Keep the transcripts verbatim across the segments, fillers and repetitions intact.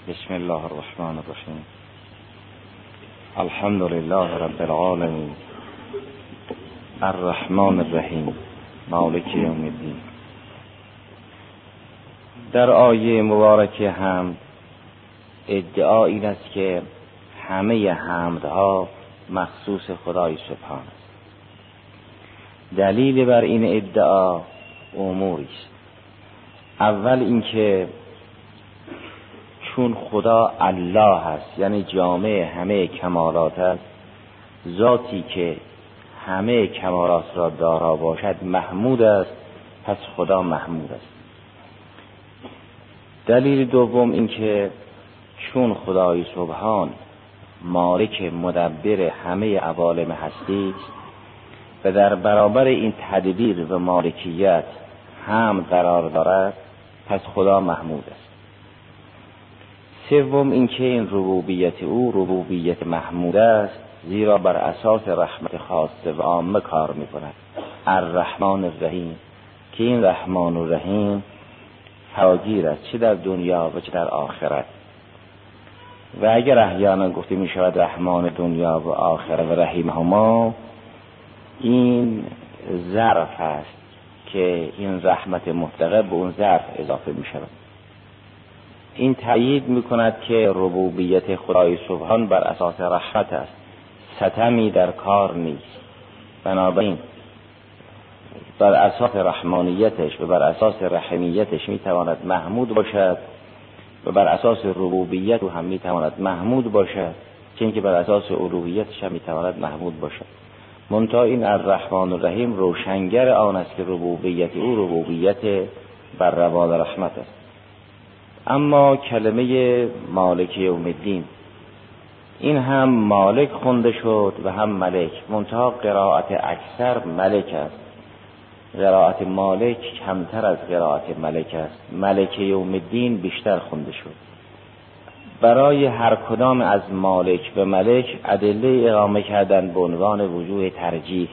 بسم الله الرحمن الرحیم. الحمد لله رب العالمین، الرحمن الرحیم، مالک یوم الدین. در آیه مبارکه هم ادعا این است که همه حمدها مخصوص خدای سبحان است. دلیل بر این ادعا اموری است. اول اینکه چون خدا الله است، یعنی جامع همه کمالات است، ذاتی که همه کمالات را دارا باشد محمود است، پس خدا محمود است. دلیل دوم اینکه چون خدای سبحان مالک مدبر همه عوالم هستی است و در برابر این تدبیر و مالکیت حمد قرار دارد، پس خدا محمود است. سوم اینکه این ربوبیت او ربوبیت محمود است، زیرا بر اساس رحمت خاصه و عامه کار می‌کند. الرحمن الرحیم، که این رحمان و رحیم فراگیر است، چه در دنیا و چه در آخرت. و اگر احیانا گفته می شود رحمان دنیا و آخرت و رحیم هما، این ظرف است که این رحمت مطلقه به اون ظرف اضافه می شود. این تأیید می کند که ربوبیت خدای سبحان بر اساس رحمت است، ستمی در کار نیست. بنابراین بر اساس رحمانیتش و بر اساس رحمیتش می تواند محمود باشد و بر اساس ربوبیت او هم می تواند محمود باشد، چون که بر اساس الوهیتش هم می تواند محمود باشد. منتها این الرحمن الرحیم روشنگر آن است که ربوبیت او ربوبیت بر روال رحمت است. اما کلمه مالک یوم الدین، این هم مالک خونده شد و هم ملک، منتها قرائت اکثر ملک است، قرائت مالک کمتر از قرائت ملک است. ملک یوم الدین بیشتر خونده شد. برای هر کدام از مالک و ملک ادله اقامه کردن به عنوان وجوه ترجیح.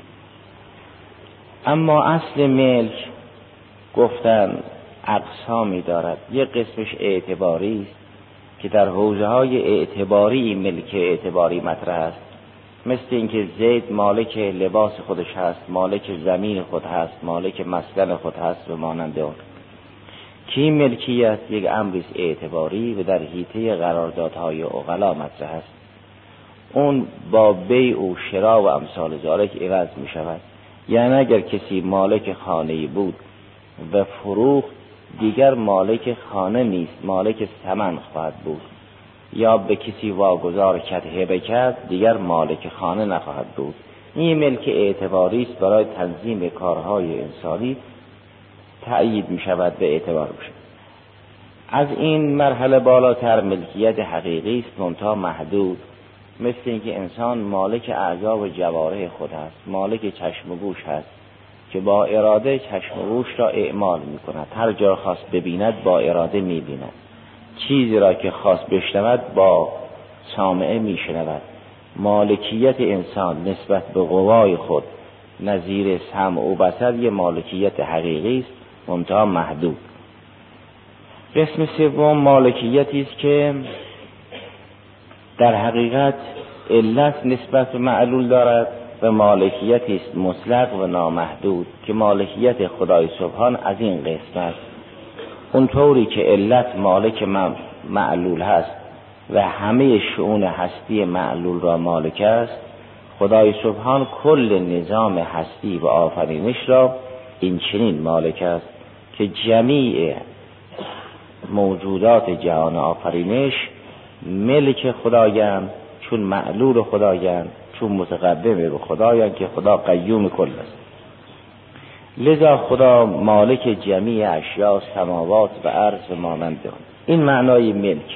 اما اصل ملک گفتن اقسامی دارد. یک قسمش اعتباری است که در حوزه های اعتباری ملک اعتباری مطرح است، مثل اینکه زید مالک لباس خودش هست، مالک زمین خود هست، مالک مسکن خود هست و مانند آن. کی ملکیت یک امری اعتباری و در حیطه قراردادهای عقلا مطرح است. اون با بیع و شرا و امثال ذالک عوض می شود. یعنی اگر کسی مالک خانه‌ای بود و فروخت، دیگر مالک خانه نیست، مالک ثمن خواهد بود. یا به کسی واگذار کرد، هبه کرد، دیگر مالک خانه نخواهد بود. این ملک اعتباری است، برای تنظیم کارهای انسانی تأیید می شود به اعتبار بشه. از این مرحله بالاتر ملکیت حقیقی است، منتها محدود. مثل اینکه انسان مالک اعضا و جوارح خود است، مالک چشم و گوش هست که با اراده چشم و گوش را اعمال می کند. هر جا خواست ببیند با اراده می بیند. چیزی را که خواست بشنود با سامعه می شنود. مالکیت انسان نسبت به قوای خود نظیر سمع و بصر یه مالکیت حقیقی است، منتها محدود. قسم سوم مالکیتی است که در حقیقت علت نسبت به معلول دارد و مالکیتی است مطلق و نامحدود که مالکیت خدای سبحان از این قسم است. اونطوری که علت مالک معلول هست و همه شؤون هستی معلول را مالک است، خدای سبحان کل نظام هستی و آفرینش را این چنین مالک است که جمیع موجودات جهان آفرینش ملک خدایند، چون معلول خدایند، چون متقدم به خدایند که خدا قیوم کل است. لذا خدا مالک جمیع اشیاء سماوات و ارض و مانند آن. این معنای ملک.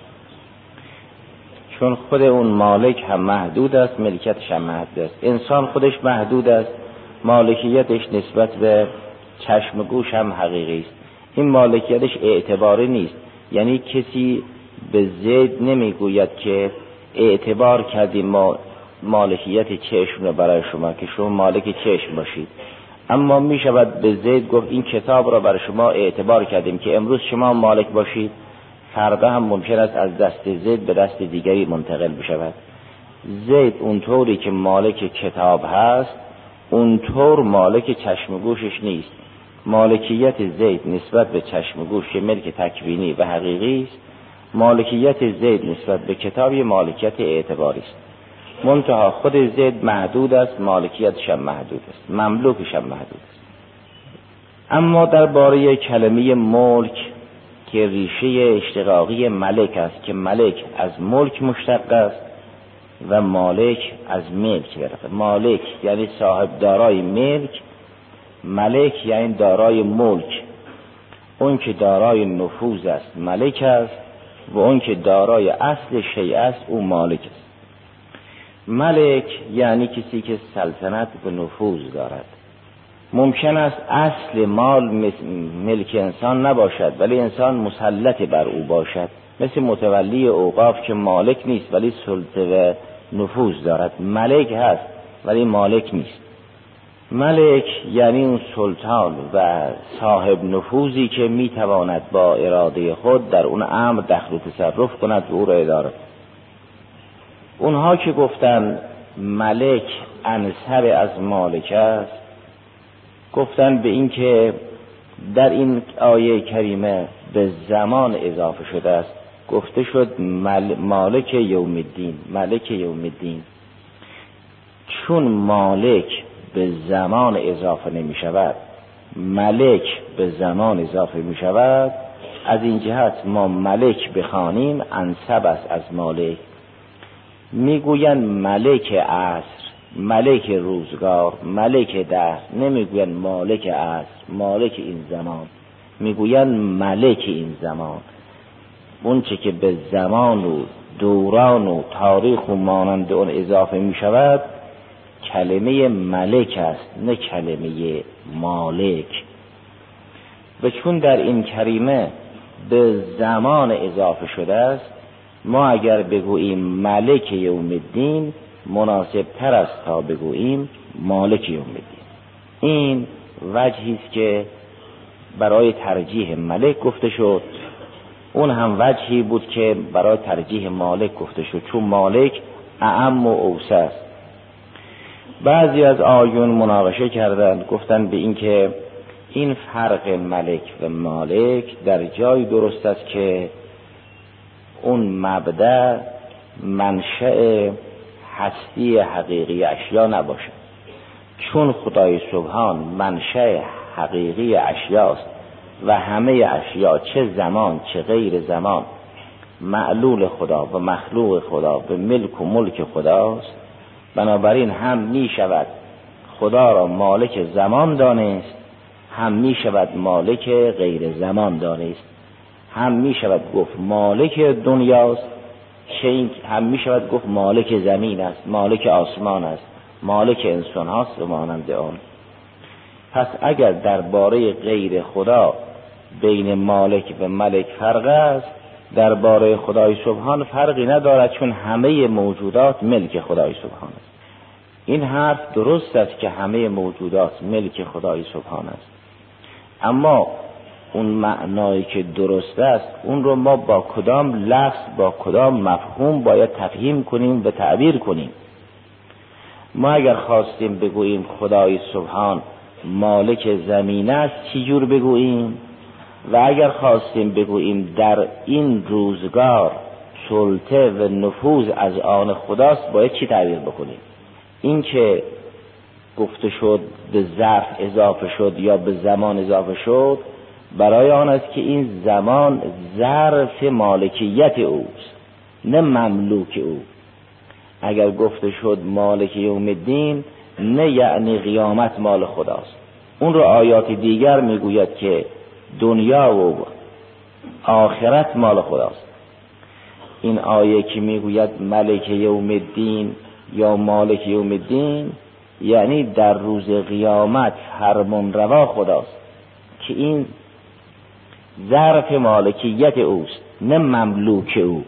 چون خود اون مالک هم محدود است، ملکیتش هم محدود است. انسان خودش محدود است، مالکیتش نسبت به چشم و گوش هم حقیقی است. این مالکیتش اعتباری نیست. یعنی کسی به زید نمیگوید که اعتبار کردیم ما مالکیت چشم رو برای شما که شما مالک چشم باشید. اما می شود به زید گفت این کتاب را برای شما اعتبار کردیم که امروز شما مالک باشید. فردا هم ممکن است از دست زید به دست دیگری منتقل بشود. زید اونطوری که مالک کتاب هست اونطور مالک چشم و گوشش نیست. مالکیت زید نسبت به چشم و گوش ملک تکوینی و حقیقی است. مالکیت زید نسبت به کتاب مالکیت اعتباری است. منتها خود زید محدود است، مالکیتش هم محدود است، مملوکش هم محدود است. اما درباره کلمه ملک که ریشه اشتقاقی ملک است که ملک از ملک مشتق است و مالک از ملک گرفته. مالک یعنی صاحب دارای ملک، ملک یعنی دارای ملک. اون که دارای نفوذ است ملک است و اون که دارای اصل شیء است او مالک است. ملک یعنی کسی که سلطنت و نفوذ دارد. ممکن است اصل مال ملک انسان نباشد ولی انسان مسلط بر او باشد، مثل متولی اوقاف که مالک نیست ولی سلطه و نفوذ دارد. ملک هست ولی مالک نیست. ملک یعنی اون سلطان و صاحب نفوذی که میتواند با اراده خود در اون امر دخل و تصرف کند و او را اداره. اونها که گفتن ملک انصب از مالک است، گفتن به این که در این آیه کریمه به زمان اضافه شده است. گفته شد مل... مالک یوم الدین، ملک یوم الدین. چون مالک به زمان اضافه نمی شود، ملک به زمان اضافه می شود، از این جهت ما ملک بخوانیم انصب است از مالک. میگوین ملک عصر، ملک روزگار، ملک دهر، نمیگوین مالک عصر، مالک این زمان، میگوین ملک این زمان. اون چه که به زمان و دوران و تاریخ و مانند اون اضافه می شود کلمه ملک است نه کلمه مالک. و چون در این کریمه به زمان اضافه شده است، ما اگر بگوییم ملک یوم الدین مناسب تر است تا بگوییم مالک یوم الدین. این وجهی است که برای ترجیح ملک گفته شد. اون هم وجهی بود که برای ترجیح مالک گفته شد، چون مالک اعم و اوسع است. بعضی از آیون مناقشه کردند، گفتند به این که این فرق ملک و مالک در جای درست است که اون مبدأ منشأ هستی حقیقی اشیا نباشد. چون خدای سبحان منشأ حقیقی اشیاست و همه اشیا چه زمان چه غیر زمان معلول خدا و مخلوق خدا و ملک و ملک خداست، بنابراین هم می شود خدا را مالک زمان دانست، هم می شود مالک غیر زمان دانست، هم می شود گفت مالک دنیاست، هم می شود گفت مالک زمین است، مالک آسمان است، مالک انسان هاست و مانند آن. پس اگر درباره غیر خدا بین مالک و ملک فرق است، درباره خدای سبحان فرقی ندارد، چون همه موجودات ملک خدای سبحان است. این حرف درست است که همه موجودات ملک خدای سبحان است، اما اون معنایی که درست است اون رو ما با کدام لفظ با کدام مفهوم باید تفهیم کنیم و تعبیر کنیم. ما اگر خواستیم بگوییم خدای سبحان مالک زمین است چی جور بگوییم؟ و اگر خواستیم بگوییم در این روزگار سلطه و نفوذ از آن خداست باید چی تعبیر بکنیم؟ این که گفته شد به ظرف اضافه شد یا به زمان اضافه شد برای آن است که این زمان ظرف مالکیت اوست نه مملوک او. اگر گفته شد مالک یوم الدین نه یعنی قیامت مال خداست. اون رو آیات دیگر میگوید که دنیا و آخرت مال خداست. این آیه که میگوید ملک یوم الدین یا مالک یوم الدین یعنی در روز قیامت فرمان روا خداست که این ظرف مالکیت اوست نه مملوک او.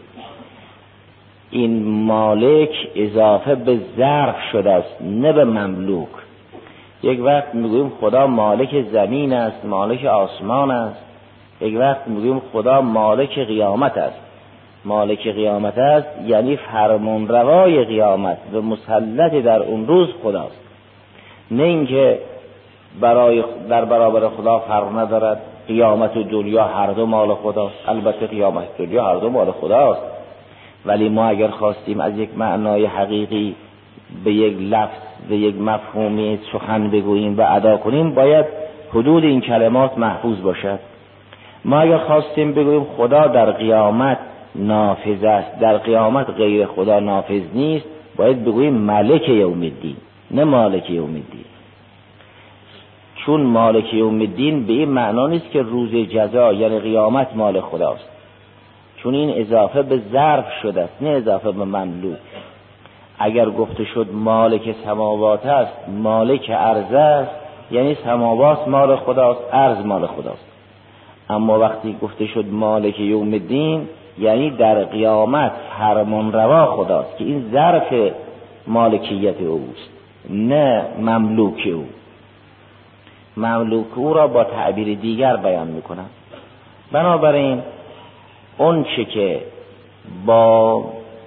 این مالک اضافه به ظرف شده است نه به مملوک. یک وقت میگوییم خدا مالک زمین است، مالک آسمان است، یک وقت میگیم خدا مالک قیامت است. مالک قیامت است یعنی فرمانروای قیامت و مسلط در اون روز خداست، نه اینکه برای در برابر خدا فرق ندارد. قیامت و دنیا هر دو مال خداست. البته قیامت و دنیا هر دو مال خداست، ولی ما اگر خواستیم از یک معنای حقیقی به یک لفظ به یک مفهومی سخن بگوییم و ادا کنیم، باید حدود این کلمات محفوظ باشد. ما اگر خواستیم بگوییم خدا در قیامت نافذ است، در قیامت غیر خدا نافذ نیست، باید بگوییم ملک یوم الدین، نه مالک یوم الدین. چون مالک یوم الدین به این معنا نیست که روز جزا یعنی قیامت مال خداست، چون این اضافه به ظرف شده است، نه اضافه به مملوک. اگر گفته شد مالک سماوات است، مالک ارض است، یعنی سماوات مال خداست، ارض مال خداست. اما وقتی گفته شد مالک یوم الدین، یعنی در قیامت فرمانروا خداست، که این ظرف مالکیت اوست، نه مملوک او. مملوک او را با تعبیر دیگر بیان میکنم. بنابراین اون چه که با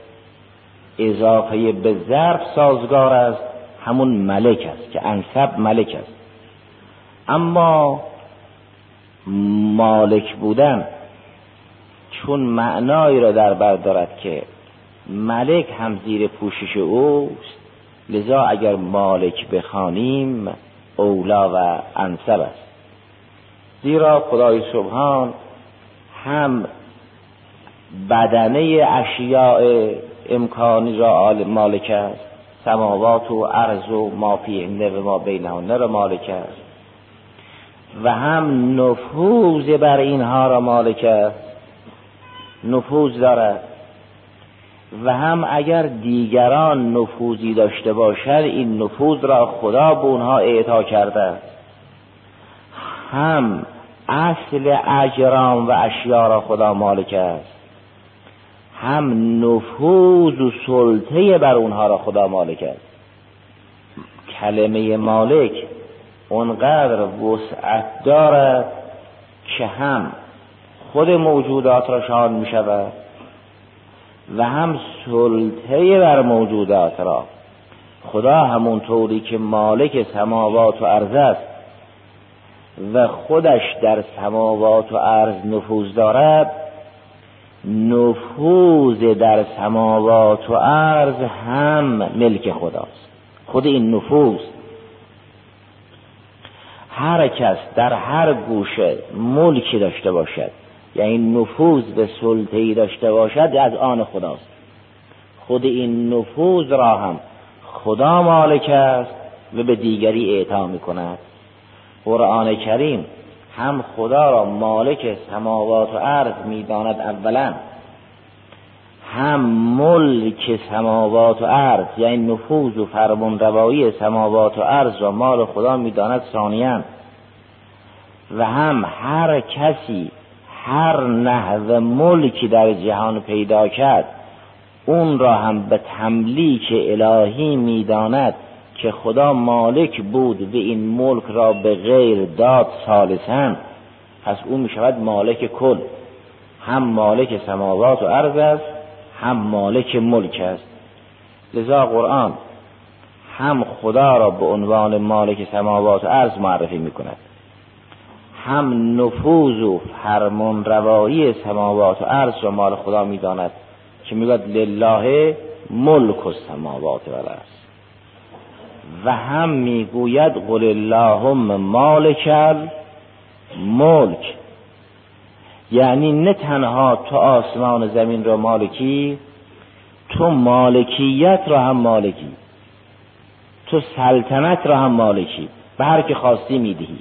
اضافه به ظرف سازگار است همون ملک است، که انسب ملک است. اما مالک بودن چون معنایی را در بر دارد که ملک هم زیر پوشش اوست، لذا اگر مالک بخوانیم اولا و انسب است. زیرا خدای سبحان هم بدنه اشیاء امکانی را مالک است، سماوات و ارض و ما فیهن و ما بینهن را مالک است، و هم نفوذ بر اینها را مالک است، نفوذ دارد. و هم اگر دیگران نفوذی داشته باشد، این نفوذ را خدا به اونها اعطا کرده است. هم اصل اجرام و اشیاء را خدا مالک است، هم نفوذ و سلطه بر اونها را خدا مالک است. کلمه مالک اونقدر وسعت دارد که هم خود موجودات را شامل می شود و هم سلطه بر موجودات را. خدا همون طوری که مالک سماوات و ارض است و خودش در سماوات و ارض نفوذ دارد، نفوذ در سماوات و ارض هم ملک خداست. خود این نفوذ، هر کس در هر گوشه ملکی داشته باشد، یعنی نفوذ به سلطه‌ای داشته باشد، از آن خداست. خود این نفوذ را هم خدا مالک است و به دیگری اعطا می‌کند. قرآن کریم هم خدا را مالک سماوات و ارض می‌داند اولا، هم ملک سماوات و ارض یعنی نفوذ و فرمانروایی سماوات و ارض را مال خدا می‌داند ثانیاً، و هم هر کسی هر نحو ملکی در جهان پیدا کرد اون را هم به تملیک الهی می‌داند که خدا مالک بود و این ملک را به غیر داد ثالثاً، پس او می‌شود مالک کل. هم مالک سماوات و ارض است، هم مالک ملک است. لذا قرآن هم خدا را به عنوان مالک سماوات و ارض معرفی می‌کند، هم نفوذ و فرمان روایی سماوات و ارض را مال خدا می‌داند که می‌گوید لله ملک السماوات و الارض، و هم میگوید قل اللهم مالک الملک، یعنی نه تنها تو آسمان زمین را مالکی، تو مالکیت را هم مالکی، تو سلطنت را هم مالکی، به هر که خواستی میدهی.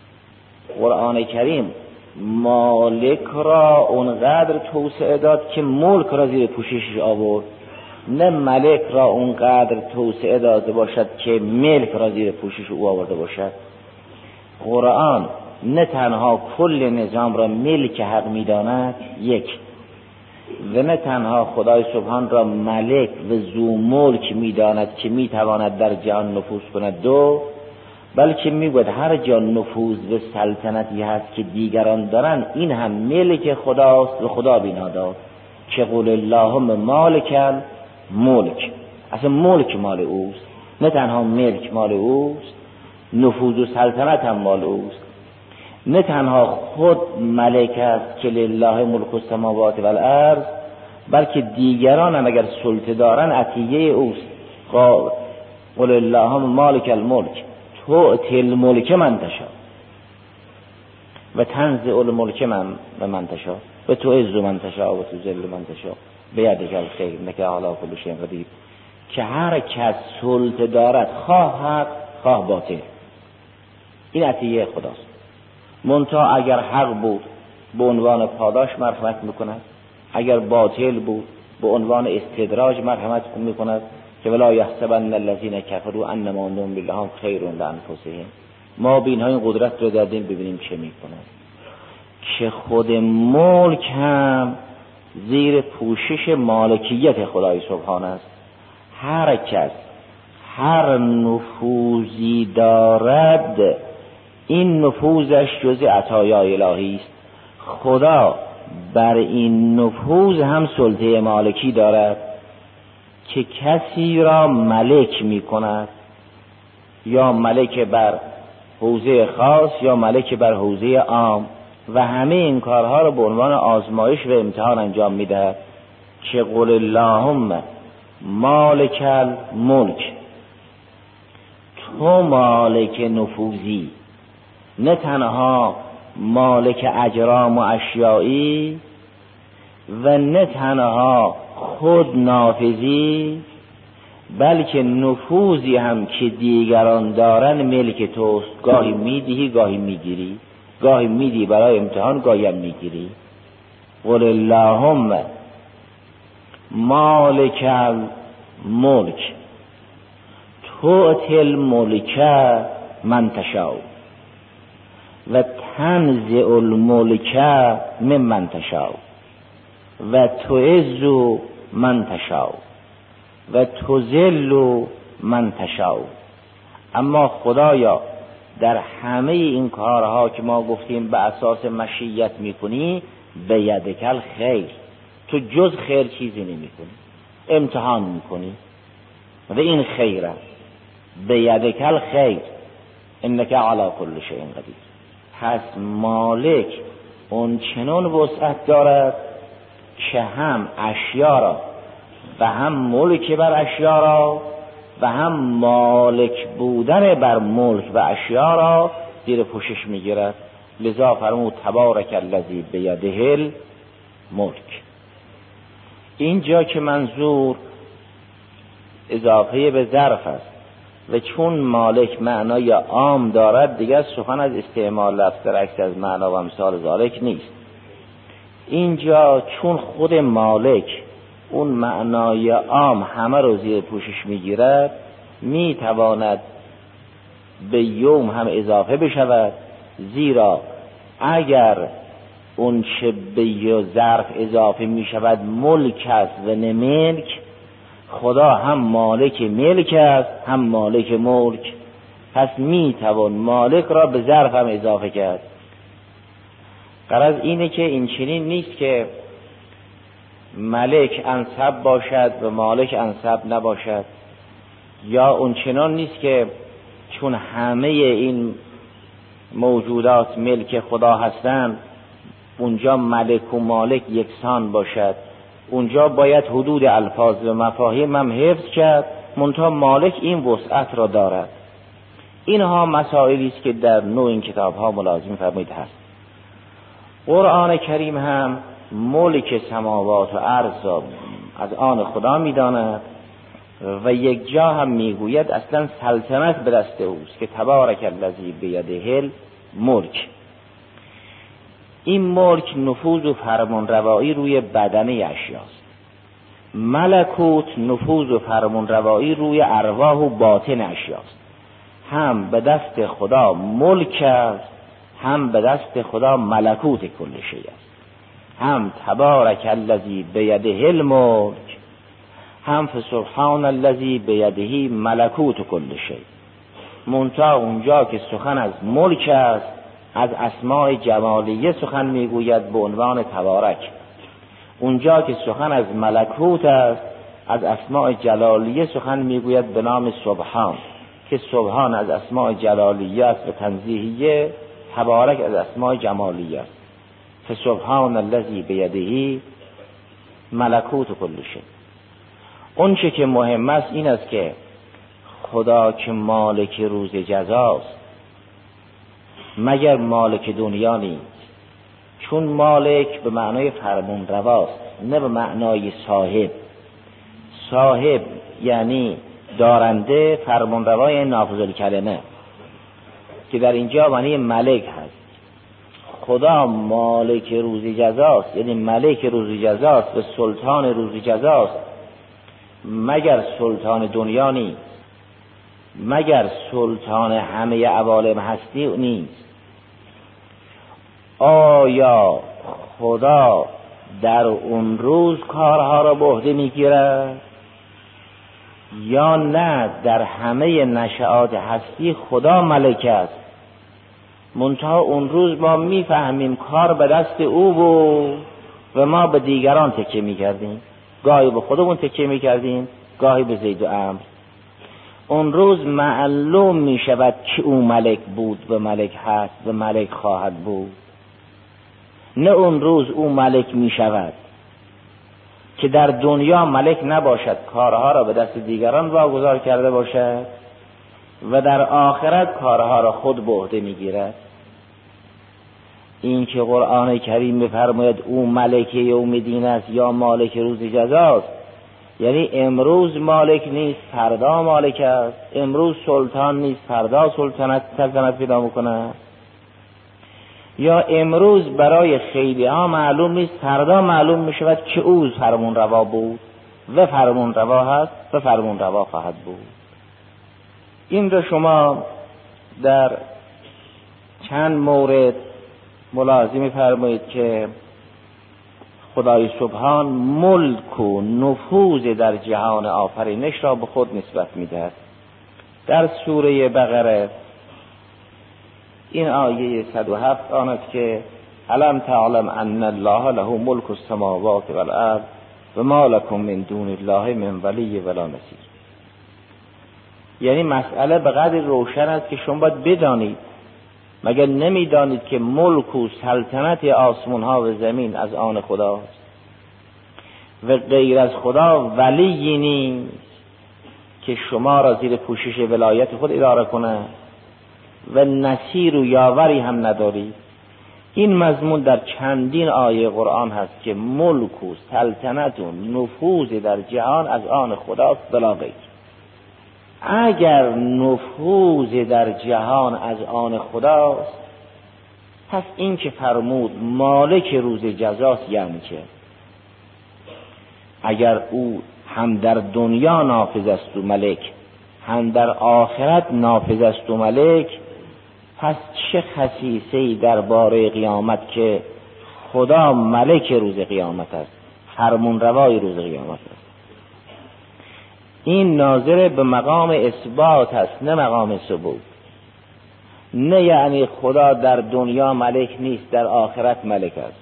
قرآن کریم مالک را اونقدر توسعه داد که ملک را زیر پوششش آورد، نه ملک را اونقدر توسعه داده باشد که ملک را زیر پوشش او آورده باشد. قرآن نه تنها کل نظام را ملک حق می‌داند یک، و نه تنها خدای سبحان را ملک و ذو ملک می‌داند که می‌تواند در جهان نفوذ کند دو، بلکه میگوید هر جا نفوذ به سلطنتی هست که دیگران دارن، این هم ملک خداست و خدا بینا داد که قل اللهم مالک الملک. اصلا ملک مال اوست، نه تنها ملک مال اوست، نفوذ و سلطنت هم مال اوست. نه تنها خود ملک است که لله ملک السماوات و الارض، بلکه دیگران هم اگر سلطه دارن عطیه اوست. قل اللهم مالک الملک تؤتی الملک من تشاء و تنزع الملک من و من تشاء و تعز من تشاء و تذل من تشاء بیدک الخیر انک علی کل شیء قدیر. که هر کس سلطه دارد، خواه حق خواه باطل، این عطیه خداست. منتها اگر حق بود به عنوان پاداش مرحمت میکند، اگر باطل بود به عنوان استدراج مرحمت میکند. که ولا یحسبن الذین کفروا انما نملی لهم خیر لانفسهم. ما به اینها این قدرت رو دادیم ببینیم چه میکنند. که خود ملک هم زیر پوشش مالکیت خدای سبحانه است. هر کس هر نفوذی دارد، این نفوذش جز عطایای الهی است. خدا بر این نفوذ هم سلطه مالکی دارد که کسی را ملک می کند، یا ملک بر حوزه خاص یا ملک بر حوزه عام، و همه این کارها را به عنوان آزمایش و امتحان انجام می دهد. که قل اللهم مالک الملک، تو مالک نفوذی، نه تنها مالک اجرام و اشیایی و نه تنها خود نافذی، بلکه نفوذی هم که دیگران دارن ملک توست. گاهی میدهی گاهی میگیری، گاهی میدی برای امتحان گاهی هم میگیری. قل اللهم مالک الملک تؤتی الملک من تشاء و تنزع الملک ممن تشاء و تعز من تشاء و تذل من تشاء. اما خدایا در همه این کارها که ما گفتیم به اساس مشیت میکنی، به یدک الخیر، تو جز خیر چیزی نمیکنی، امتحان میکنی و این خیره. به یدک الخیر انک علی کل شیء قدیر. پس مالک اون چنان وسعت دارد که هم اشیا را و هم ملک بر اشیا را و هم مالک بودن بر ملک و اشیا را زیر پوشش میگیرد. لذا فرمود تبارک الذی بیده الملک. اینجا که منظور اضافه به ظرف است و چون مالک معنای عام دارد، دیگر سخن از استعمال لفظ در عکس از معنا و امثال ذالک نیست. اینجا چون خود مالک اون معنای عام همه رو زیر پوشش میگیرد، میتواند به یوم هم اضافه بشود. زیرا اگر اون چه به ظرف اضافه میشود ملک است و نه ملک، خدا هم مالک ملک است هم مالک ملک. پس میتوان مالک را به ظرف هم اضافه کرد. غرض اینه که این چنین نیست که ملک انسب باشد و مالک انسب نباشد، یا اون چنان نیست که چون همه این موجودات ملک خدا هستند اونجا ملک و مالک یکسان باشد. اونجا باید حدود الفاظ و مفاهیم هم حفظ کرد، منتها مالک این وسعت را دارد. اینها مسائلی است که در نوع این کتاب ها ملازم فرموده هست. قرآن کریم هم ملک سماوات و ارض از آن خدا می‌داند و یک جا هم میگوید اصلا سلطنت به دست اوست که تبارک الذی بیده الملک. این ملک نفوذ و فرمانروایی روی بدنه اشیاست. ملکوت نفوذ و فرمانروایی روی ارواح و باطن اشیاست. هم به دست خدا ملک است، هم به دست خدا ملکوت کل شیء است. هم تبارک الذی بیده الملک، هم فسبحان الذی بیده ملکوت کل شیء. منتها اونجا که سخن از ملک است از اسماء جمالیه سخن میگوید به عنوان تبارک، اونجا که سخن از ملکوت است از اسماء جلالیه سخن میگوید به نام سبحان، که سبحان از اسماء جلالیه است و تنزیهیه، تبارک از اسماء جمالیه است. فسبحان الذی بیده ملکوت کل شیء. اون چه که مهم است این است که خدا که مالک روز جزاست مگر مالک دنیا نیست، چون مالک به معنای فرمون رواست نه به معنای صاحب. صاحب یعنی دارنده، فرمون روای نافذ الکلمه که در اینجا معنی ملک هست. خدا مالک روز جزاست یعنی ملک روز جزاست و سلطان روز جزاست، مگر سلطان دنیا نیست، مگر سلطان همه عوالم هستی نیست. آیا خدا در اون روز کارها را به عهده میگیرد یا نه در همه نشآت هستی خدا ملک است؟ منتها اون روز ما میفهمیم کار به دست او بود و ما به دیگران تکیه میکردیم، گاهی به خودمون تکیه میکردیم، گاهی به زید و عمرو. اون روز معلوم میشود که او ملک بود و ملک هست و ملک خواهد بود، نه اون روز او ملک میشود که در دنیا ملک نباشد، کارها را به دست دیگران واگذار کرده باشد و در آخرت کارها را خود به عهده میگیرد. این که قرآن کریم میفرماید او ملک یوم دین است یا مالک روز جزاست، یعنی امروز مالک نیست فردا مالک است، امروز سلطان نیست فردا سلطنت سلطنت پیدا میکنه، یا امروز برای خیلی ها معلوم نیست فردا معلوم میشود که او فرمون روا بود و فرمون روا هست و فرمون روا خواهد بود. این رو شما در چند مورد ملاحظه می‌فرمایید که خدای سبحان ملک و نفوذ در جهان آفرینش را به خود نسبت می‌دهد. در سوره بقره این آیه صد و هفت آن است که الم تعلم ان الله له ملک السماوات والارض و ما لکم من دون الله من ولی ولا نصیر. یعنی مسئله به قدر روشن است که شما باید بدانید، مگر نمیدانید که ملک و سلطنت آسمان ها و زمین از آن خداست و غیر از خدا ولی نیست که شما را زیر پوشش ولایت خود اداره کنه و نصیر و یاوری هم ندارید. این مضمون در چندین آیه قرآن هست که ملک و سلطنت و نفوذ در جهان از آن خداست بلا غیر. اگر نفوذ در جهان از آن خداست پس این که فرمود مالک روز جزاست یعنی چه؟ اگر او هم در دنیا نافذ است و ملک هم در آخرت نافذ است و ملک، پس چه خصیصه‌ای درباره قیامت که خدا ملک روز قیامت است، فرمون روای روز قیامت است. این ناظر به مقام اثبات است نه مقام ثبوت. نه یعنی خدا در دنیا ملک نیست در آخرت ملک است.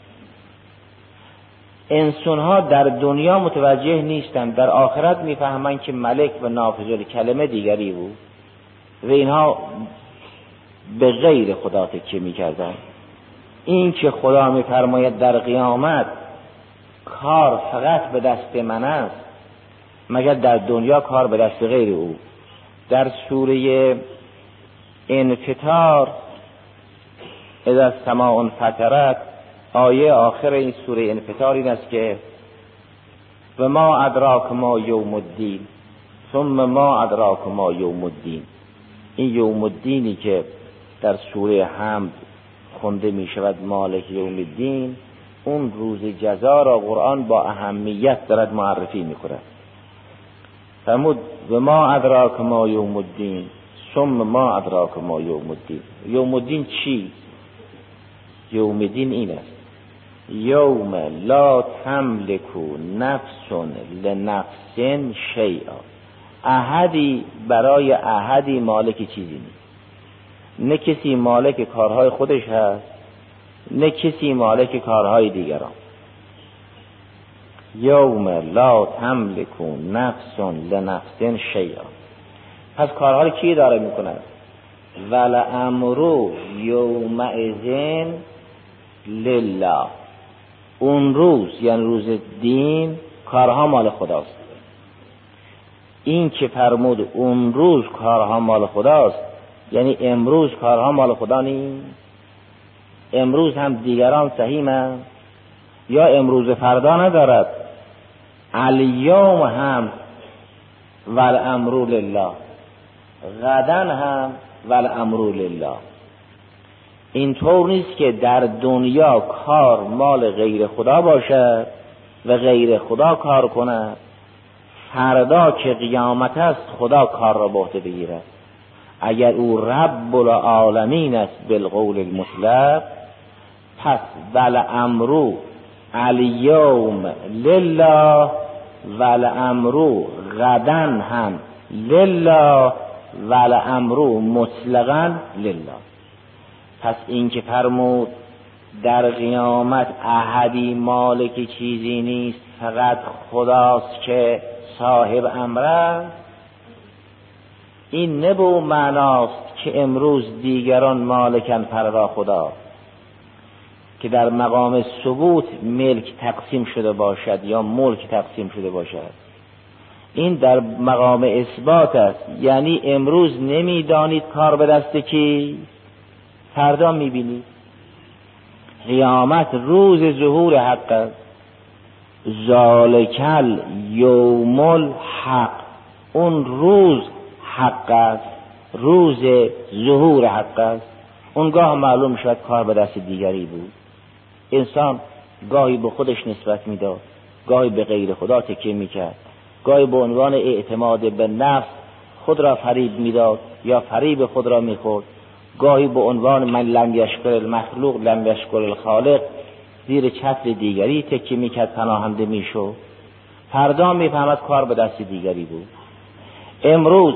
انسان‌ها در دنیا متوجه نیستند، در آخرت میفهمند که ملک و نافذ الکلمه دیگری بود و اینها به غیر خدا تکیه می‌کردند. این که خدا می‌فرماید در قیامت کار فقط به دست من است، مگر در دنیا کار به دست غیر او. در سوره انفطار اذا السماء انفطرت آیه آخر این سوره انفطار این است که و ما ادراک ما یوم الدین ثم ما ادراک ما یوم الدین. این یوم الدینی که در سوره حمد خونده می شود مالک یوم الدین، اون روز جزا را قرآن با اهمیت دارد معرفی می کند. فرمود و ما ادراک ما یوم الدین ثم ما ادراک ما یوم الدین. یوم الدین چی؟ یوم الدین این است: یوم لا تملک نفس لنفس شیئا. احدی برای احدی مالک چیزی نیست. نه کسی مالک کارهای خودش هست، نه کسی مالک کارهای دیگران. یوم لا تملک نفس لنفس شیئا. پس کارها رو کی داره میکنه؟ ولامر یومئذ لله. اون روز یعنی روز دین کارها مال خداست. این که فرمود اون روز کارها مال خداست یعنی امروز کارها مال خدا نیست؟ امروز هم دیگران سهیمند یا امروز فردا ندارد؟ الیوم هم والامر لله، غدن هم والامر لله. اینطور نیست که در دنیا کار مال غیر خدا باشد و غیر خدا کار کند، فردا که قیامت است خدا کار را به عهده بگیرد. اگر او رب العالمین است بالقول المطلق، پس والامر الیوم لله والامر غدن هم لله والامر مطلقا لله. پس این که فرمود در قیامت احدی مالک چیزی نیست فقط خداست که صاحب امر است، این نه به اون معناست که امروز دیگران مالکن فردا خدا، که در مقام ثبوت ملک تقسیم شده باشد یا ملک تقسیم شده باشد. این در مقام اثبات است، یعنی امروز نمیدانید کار به دست کی، فردا میبینید. قیامت روز ظهور حق است. ذالکل یوم الحق، اون روز حق است، روز ظهور حق است. اونگاه معلوم شد کار به دست دیگری بود. انسان گاهی به خودش نسبت میداد، گاهی به غیر خدا تکیه میکرد، گاهی به عنوان اعتماد به نفس خود را فریب میداد یا فریب خود را میخورد، گاهی به عنوان من لم یشکر المخلوق لم یشکر الخالق زیر چتر دیگری تکیه میکرد، پناهنده میشد. فردا میفهمد کار به دست دیگری بود. امروز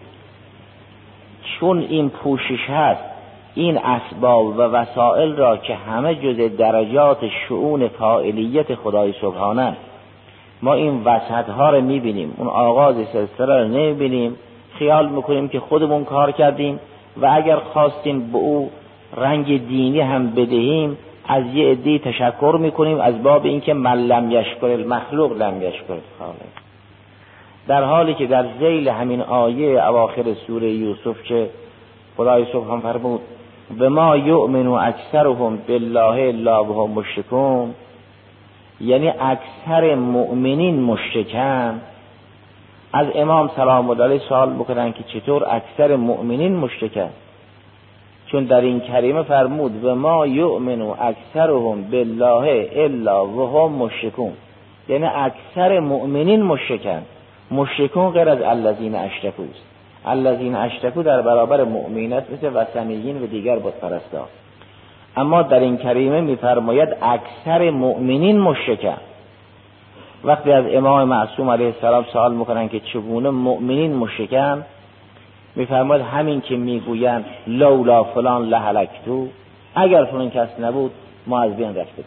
چون این پوشش هست، این اسباب و وسائل را که همه جز درجات شؤون فاعلیت خدای سبحانه، ما این وسط ها رو میبینیم، اون آغاز سلسله رو نمیبینیم، خیال میکنیم که خودمون کار کردیم و اگر خواستیم به او رنگ دینی هم بدهیم از یه عده‌ای تشکر میکنیم از باب اینکه من لم یشکر المخلوق لم یشکر الخالق. در حالی که در ذیل همین آیه اواخر سوره یوسف که خدای سبحانه فرمود و ما یؤمن اکثرهم بالله الا وهم مشرکون، یعنی اکثر مؤمنین مشرکن، از امام سلام الله علیه سوال بکنن که چطور اکثر مؤمنین مشرکن، چون در این کریمه فرمود و ما یؤمن اکثرهم بالله الا وهم مشرکون، یعنی اکثر مؤمنین مشرکن. مشرکون غیر از الذین اشرکوا است. الذین اشرکوا در برابر مؤمنین است، مثل وثنیین و دیگر بت پرستان. اما در این کریمه میفرماید اکثر مؤمنین مشرکن. وقتی از امام معصوم علیه السلام سوال میکنن که چگونه مؤمنین مشرکن، میفرماید همین که میگویند لولا فلان لهلکتو، اگر فلان کس نبود ما از بین رفته.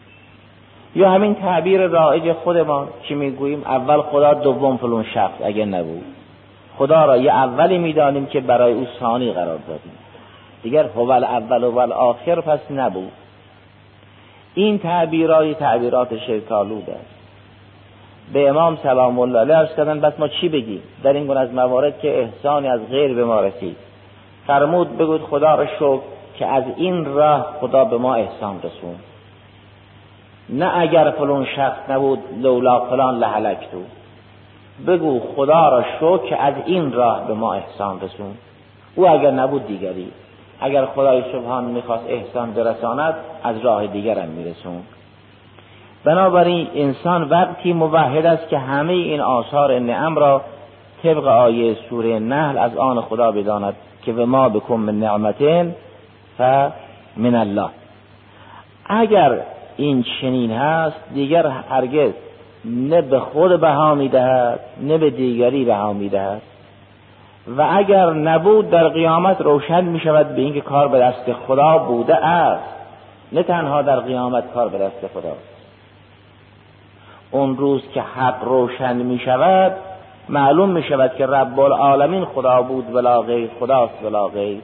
یا همین تعبیر رایج خودمان که میگوییم اول خدا دوم فلان شخص، اگر نبود خدا را یه اولی میدانیم که برای او ثانی قرار دادیم، دیگر هو الاول و الاخر پس نبود. این تعبیرای تعبیرات شرک‌آلود است. به امام سلام الله علیه عرض کردن بس ما چی بگیم در این گونه از موارد که احسانی از غیر به ما رسید؟ فرمود بگوید خدا را شکر که از این راه خدا به ما احسان رسوند، نه اگر فلان شخص نبود لولا فلان لهلکتو. بگو خدا را شکر که از این راه به ما احسان رسوند، او اگر نبود دیگری. اگر خدای سبحان میخواست احسان برساند از راه دیگر هم میرسوند. بنابراین انسان وقتی موحد است که همه این آثار نعم را طبق آیه سوره نحل از آن خدا بداند که و ما بکم من نعمتین فمن الله. اگر این چنین هست دیگر هرگز نه به خود بها میدهد نه به دیگری بها میدهد و اگر نبود در قیامت روشن میشود به اینکه کار به دست خدا بوده است. نه تنها در قیامت کار به دست خداست، اون روز که حق روشن میشود معلوم میشود که رب العالمین خدا بود ولا غیر، خداست ولا غیر.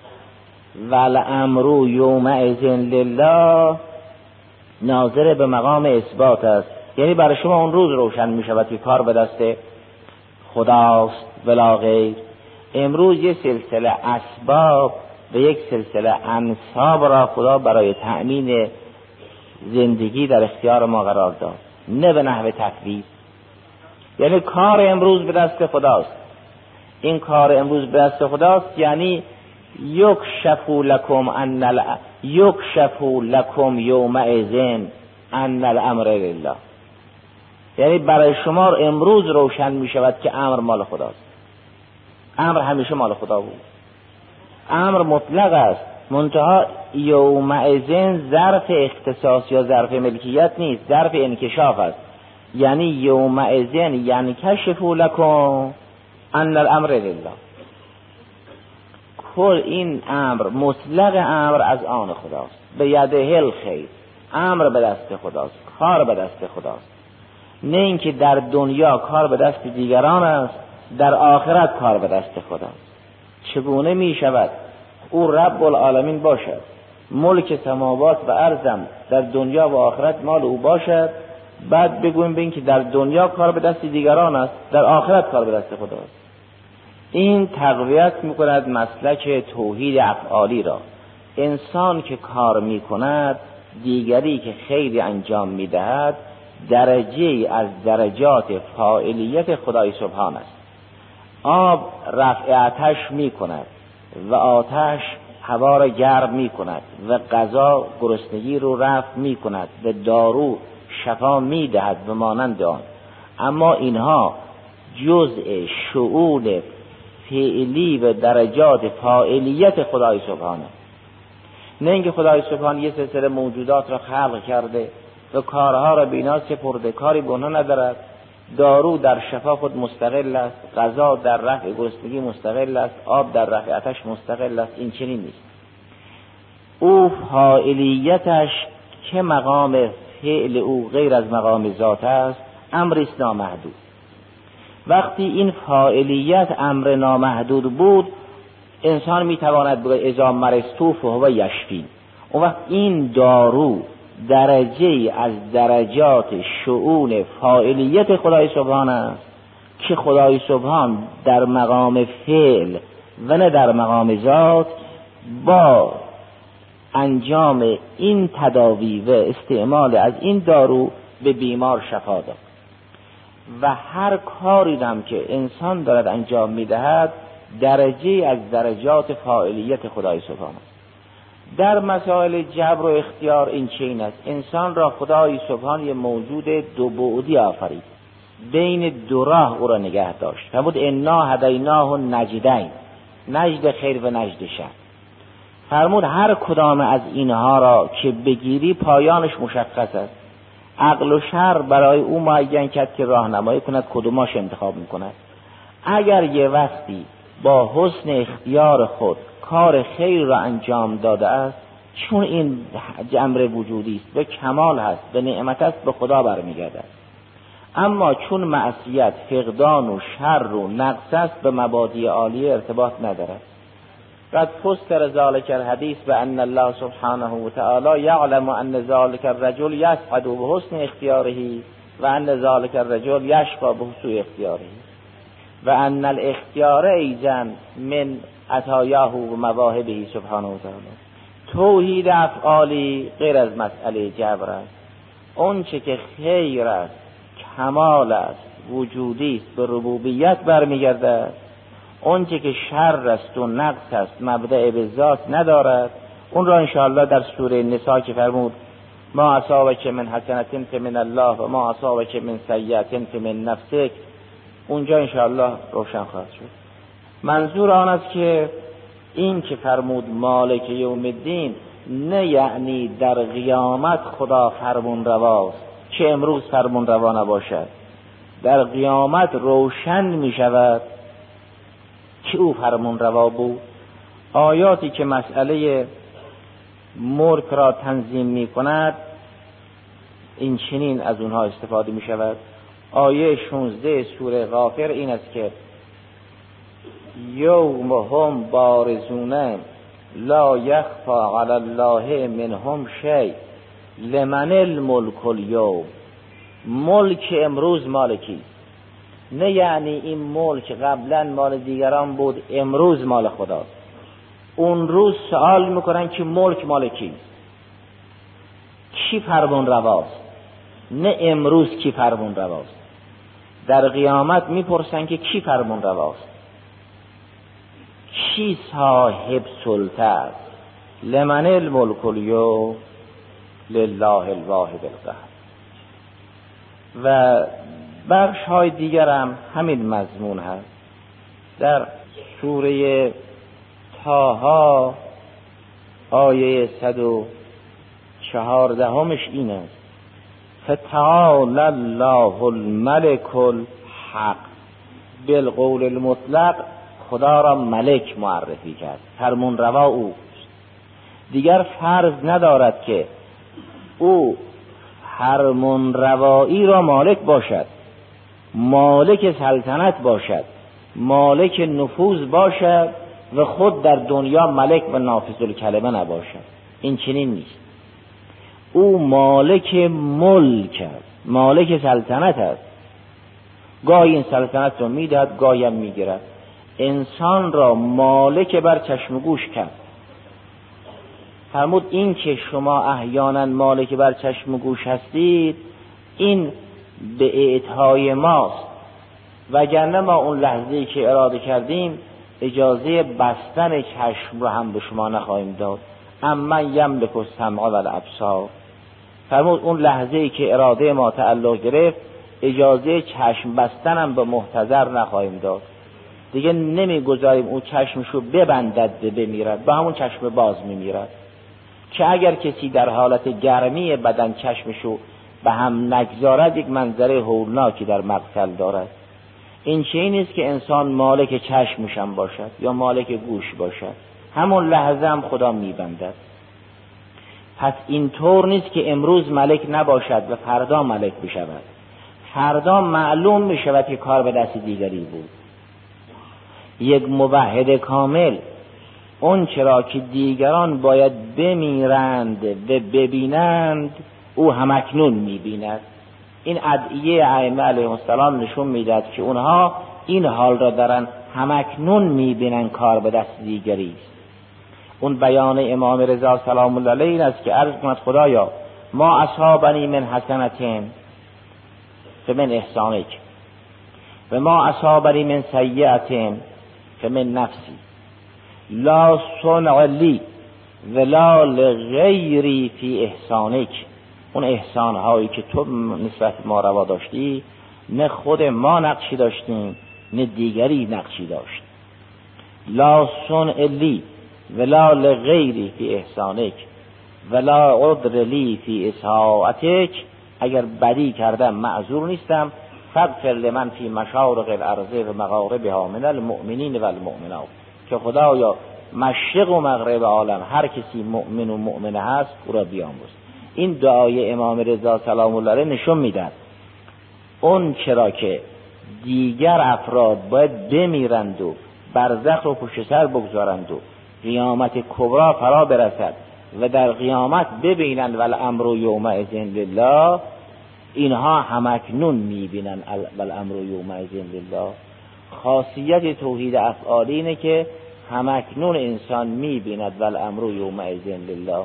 والامر یومئذ لله ناظر به مقام اثبات است، یعنی برای شما اون روز روشن میشود که کار به دست خداست ولا غیر. امروز یک سلسله اسباب و یک سلسله انساب را خدا برای تأمین زندگی در اختیار ما قرار داد، نه به نحو تکلیف. یعنی کار امروز به دست خداست، این کار امروز به دست خداست، یعنی یکشف لکم ان ال... یکشف لکم یومئذ ان الامر لله، یعنی برای شما امروز روشن می شود که امر مال خداست. امر همیشه مال خدا بود، امر مطلق است، منتها یومئذ ظرف اختصاص یا ظرف ملکیت نیست، ظرف انکشاف است. یعنی یومئذ یعنی کشف لکم ان الامر لله، کل این امر مطلق امر از آن خداست، به یده الخیر، امر به دست خداست، کار به دست خداست. نه اینکه در دنیا کار به دست دیگران است، در آخرت کار به دست خداست. چگونه می شود او رب العالمین باشد، ملک سماوات و ارضم در دنیا و آخرت مال او باشد، بعد بگویم به این که در دنیا کار به دست دیگران است، در آخرت کار به دست خداست؟ این تقویت می کند مسلک توحید افعالی را. انسان که کار می کند، دیگری که خیری انجام می دهد، درجه از درجات فاعلیت خدای سبحان است. آب رفع آتش می کند و آتش هوا را گرم می کند و غذا گرسنگی رو رفع می کند و دارو شفا می دهد و مانند آن. اما اینها جزء شؤون فعلی و درجات فاعلیت خدای سبحانه. نه اینکه خدای سبحان یه سلسله موجودات را خلق کرده و کارها را بینا سپرده، کاری به آنها ندارد. دارو در شفا خود مستقل است، غذا در رفع گرسنگی مستقل است، آب در رفع آتش مستقل است. این چنین نیست. او فاعلیتش که مقام فعل او غیر از مقام ذات است، امر است نامحدود. وقتی این فاعلیت امر نامحدود بود، انسان میتواند بگوید اذا مرضت فهو یشفی. اون وقت این دارو درجه از درجات شؤون فاعلیت خدای سبحان است که خدای سبحان در مقام فعل و نه در مقام ذات با انجام این تداوی و استعمال از این دارو به بیمار شفا داد. و هر کاری هم که انسان دارد انجام میدهد درجه از درجات فاعلیت خدای سبحان است. در مسائل جبر و اختیار این چین است. انسان را خدای سبحان یه موجود دو بعدی آفرید، بین دو راه او را نگه داشت. فرمود انا هدیناه النجدین، نجد خیر و نجد شر. فرمود هر کدام از اینها را که بگیری پایانش مشخص است. عقل و شر برای او معین کرد که راهنمایی کند کدوماش انتخاب میکند. اگر یه وقتی با حسن اختیار خود کار خیر را انجام داده است، چون این امر وجودی است و کمال هست و نعمت است، به خدا برمیگردد. اما چون معصیت، فقدان و شر و نقص است، به مبادی عالیه ارتباط ندارد. قد فسر ذلك الحدیث بأن الله سبحانه و تعالی یعلم ان ذلك الرجل یسعد بحسن اختیاره و ان ذلك الرجل یشقى بسوء اختیاره و ان الاختیار ایضا من عطایاه و مواهبه سبحانه و تعالی. توحید افعالی غیر از مسئله جبر است. اون چه که خیر است، کمال است، وجودی است، به ربوبیت برمیگردد. اون چه که شر است و نقص است، مبدأ به ذات ندارد. اون را انشاءالله در سوره نساء که فرمود ما اصابک من حسنة فمن الله و ما اصابک من سیئة فمن نفسک، اونجا انشاءالله روشن خواهد شد. منظور آن است که این که فرمود مالک یوم الدین، نه یعنی در قیامت خدا فرمون رواست که امروز فرمون روا نباشد، در قیامت روشن می شود که او فرمون روا بود. آیاتی که مسئله ملک را تنظیم می کند این چنین از اونها استفاده می شود. آیه شانزده سوره غافر این است که یوم هم بارزون لا یخفا علی الله منهم شیء لمن الملک الیوم. ملک امروز مال کیست؟ نه یعنی این ملک قبلا مال دیگران بود امروز مال خداست. اون روز سوال میکنن که ملک مال کیست، کی فرمان رواست؟ نه امروز کی فرمان رواست. در قیامت میپرسن که کی فرمان رواست، کی صاحب سلطه است. لمن الملک الیوم لله الواحد القهار. و بخش های دیگر هم همین مضمون هست. در سوره طه آیه صد و چهاردهمش این است فتعالی الله الملک الحق. بالقول المطلق خدا را ملک معرفی کرد، فرمان روا او دیگر فرض ندارد که او فرمان روایی را مالک باشد، مالک سلطنت باشد، مالک نفوذ باشد و خود در دنیا ملک و نافذ الکلمه نباشد. این چنین نیست. او مالک ملک است، مالک سلطنت است. گاهی این سلطنت را میدهد، گاهی هم میگیرد. انسان را مالک بر چشم و گوش کرد. فرمود این که شما احیانا مالک بر چشم و گوش هستید این به اعطای ماست، وگرنه ما اون لحظه‌ای که اراده کردیم اجازه بستن چشم رو هم به شما نخواهیم داد. اما یملک السمع والابصار. فرمود اون لحظه‌ای که اراده ما تعلق گرفت اجازه چشم بستن هم به محتضر نخواهیم داد. دیگه نمیگذاریم اون چشمشو ببندد بمیرد، با همون چشم باز میمیرد. که اگر کسی در حالت گرمی بدن چشمشو به هم نگذارد یک منظره هولناکی در مقتل دارد. این چیزی نیست که انسان مالک چشمش هم باشد یا مالک گوش باشد، همون لحظه هم خدا میبندد. پس این طور نیست که امروز ملک نباشد و فردا ملک بشود. فردا معلوم میشود که کار به دست دیگری بود. یک موحد کامل اون چرا که دیگران باید بمیرند و ببینند او همکنون میبیند. این ادعیه ائمه علیهم السلام نشون میداد که اونها این حال را دارن، همکنون میبینن کار به دست دیگری است. اون بیان امام رضا سلام الله علیه این است که عرض کند خدایا ما اصابنی من حسنتین فمن احسانک و ما اصابنی من سیئتین فمن نفسی لا صنع لی ولا لغیری فی احسانک. اون احسان هایی که تو نسبت ما روا داشتی نه خود ما نقشی داشتیم نه دیگری نقشی داشت. لا صنع لی ولا لغیری فی احسانک ولا عذر لی فی اساءتک. اگر بدی کردم معذور نیستم. فاغفر لمن فی مشارق الارض و مغاربها من المؤمنین و المؤمنات. که خدایا مشرق و مغرب عالم هر کسی مؤمن و مؤمنه هست او را بیامرز. این دعای امام رضا سلام الله علیه نشون میداد اون چرا که دیگر افراد باید بمیرند و برزخ رو پشت سر بگذارند و قیامت کبرا فرا برسد و در قیامت ببینند والامر یومئذ لله، اینها همکنون میبینند والامر یومئذ لله. خاصیت توحید افعالی اینه که همکنون انسان میبیند والامر یومئذ لله.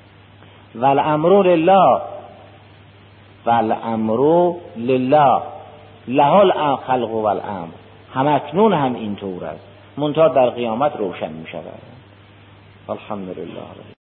والامر لله والامر لله له الخلق والامر. همکنون هم اینطور است، منتها در قیامت روشن میشود. الحمدلله.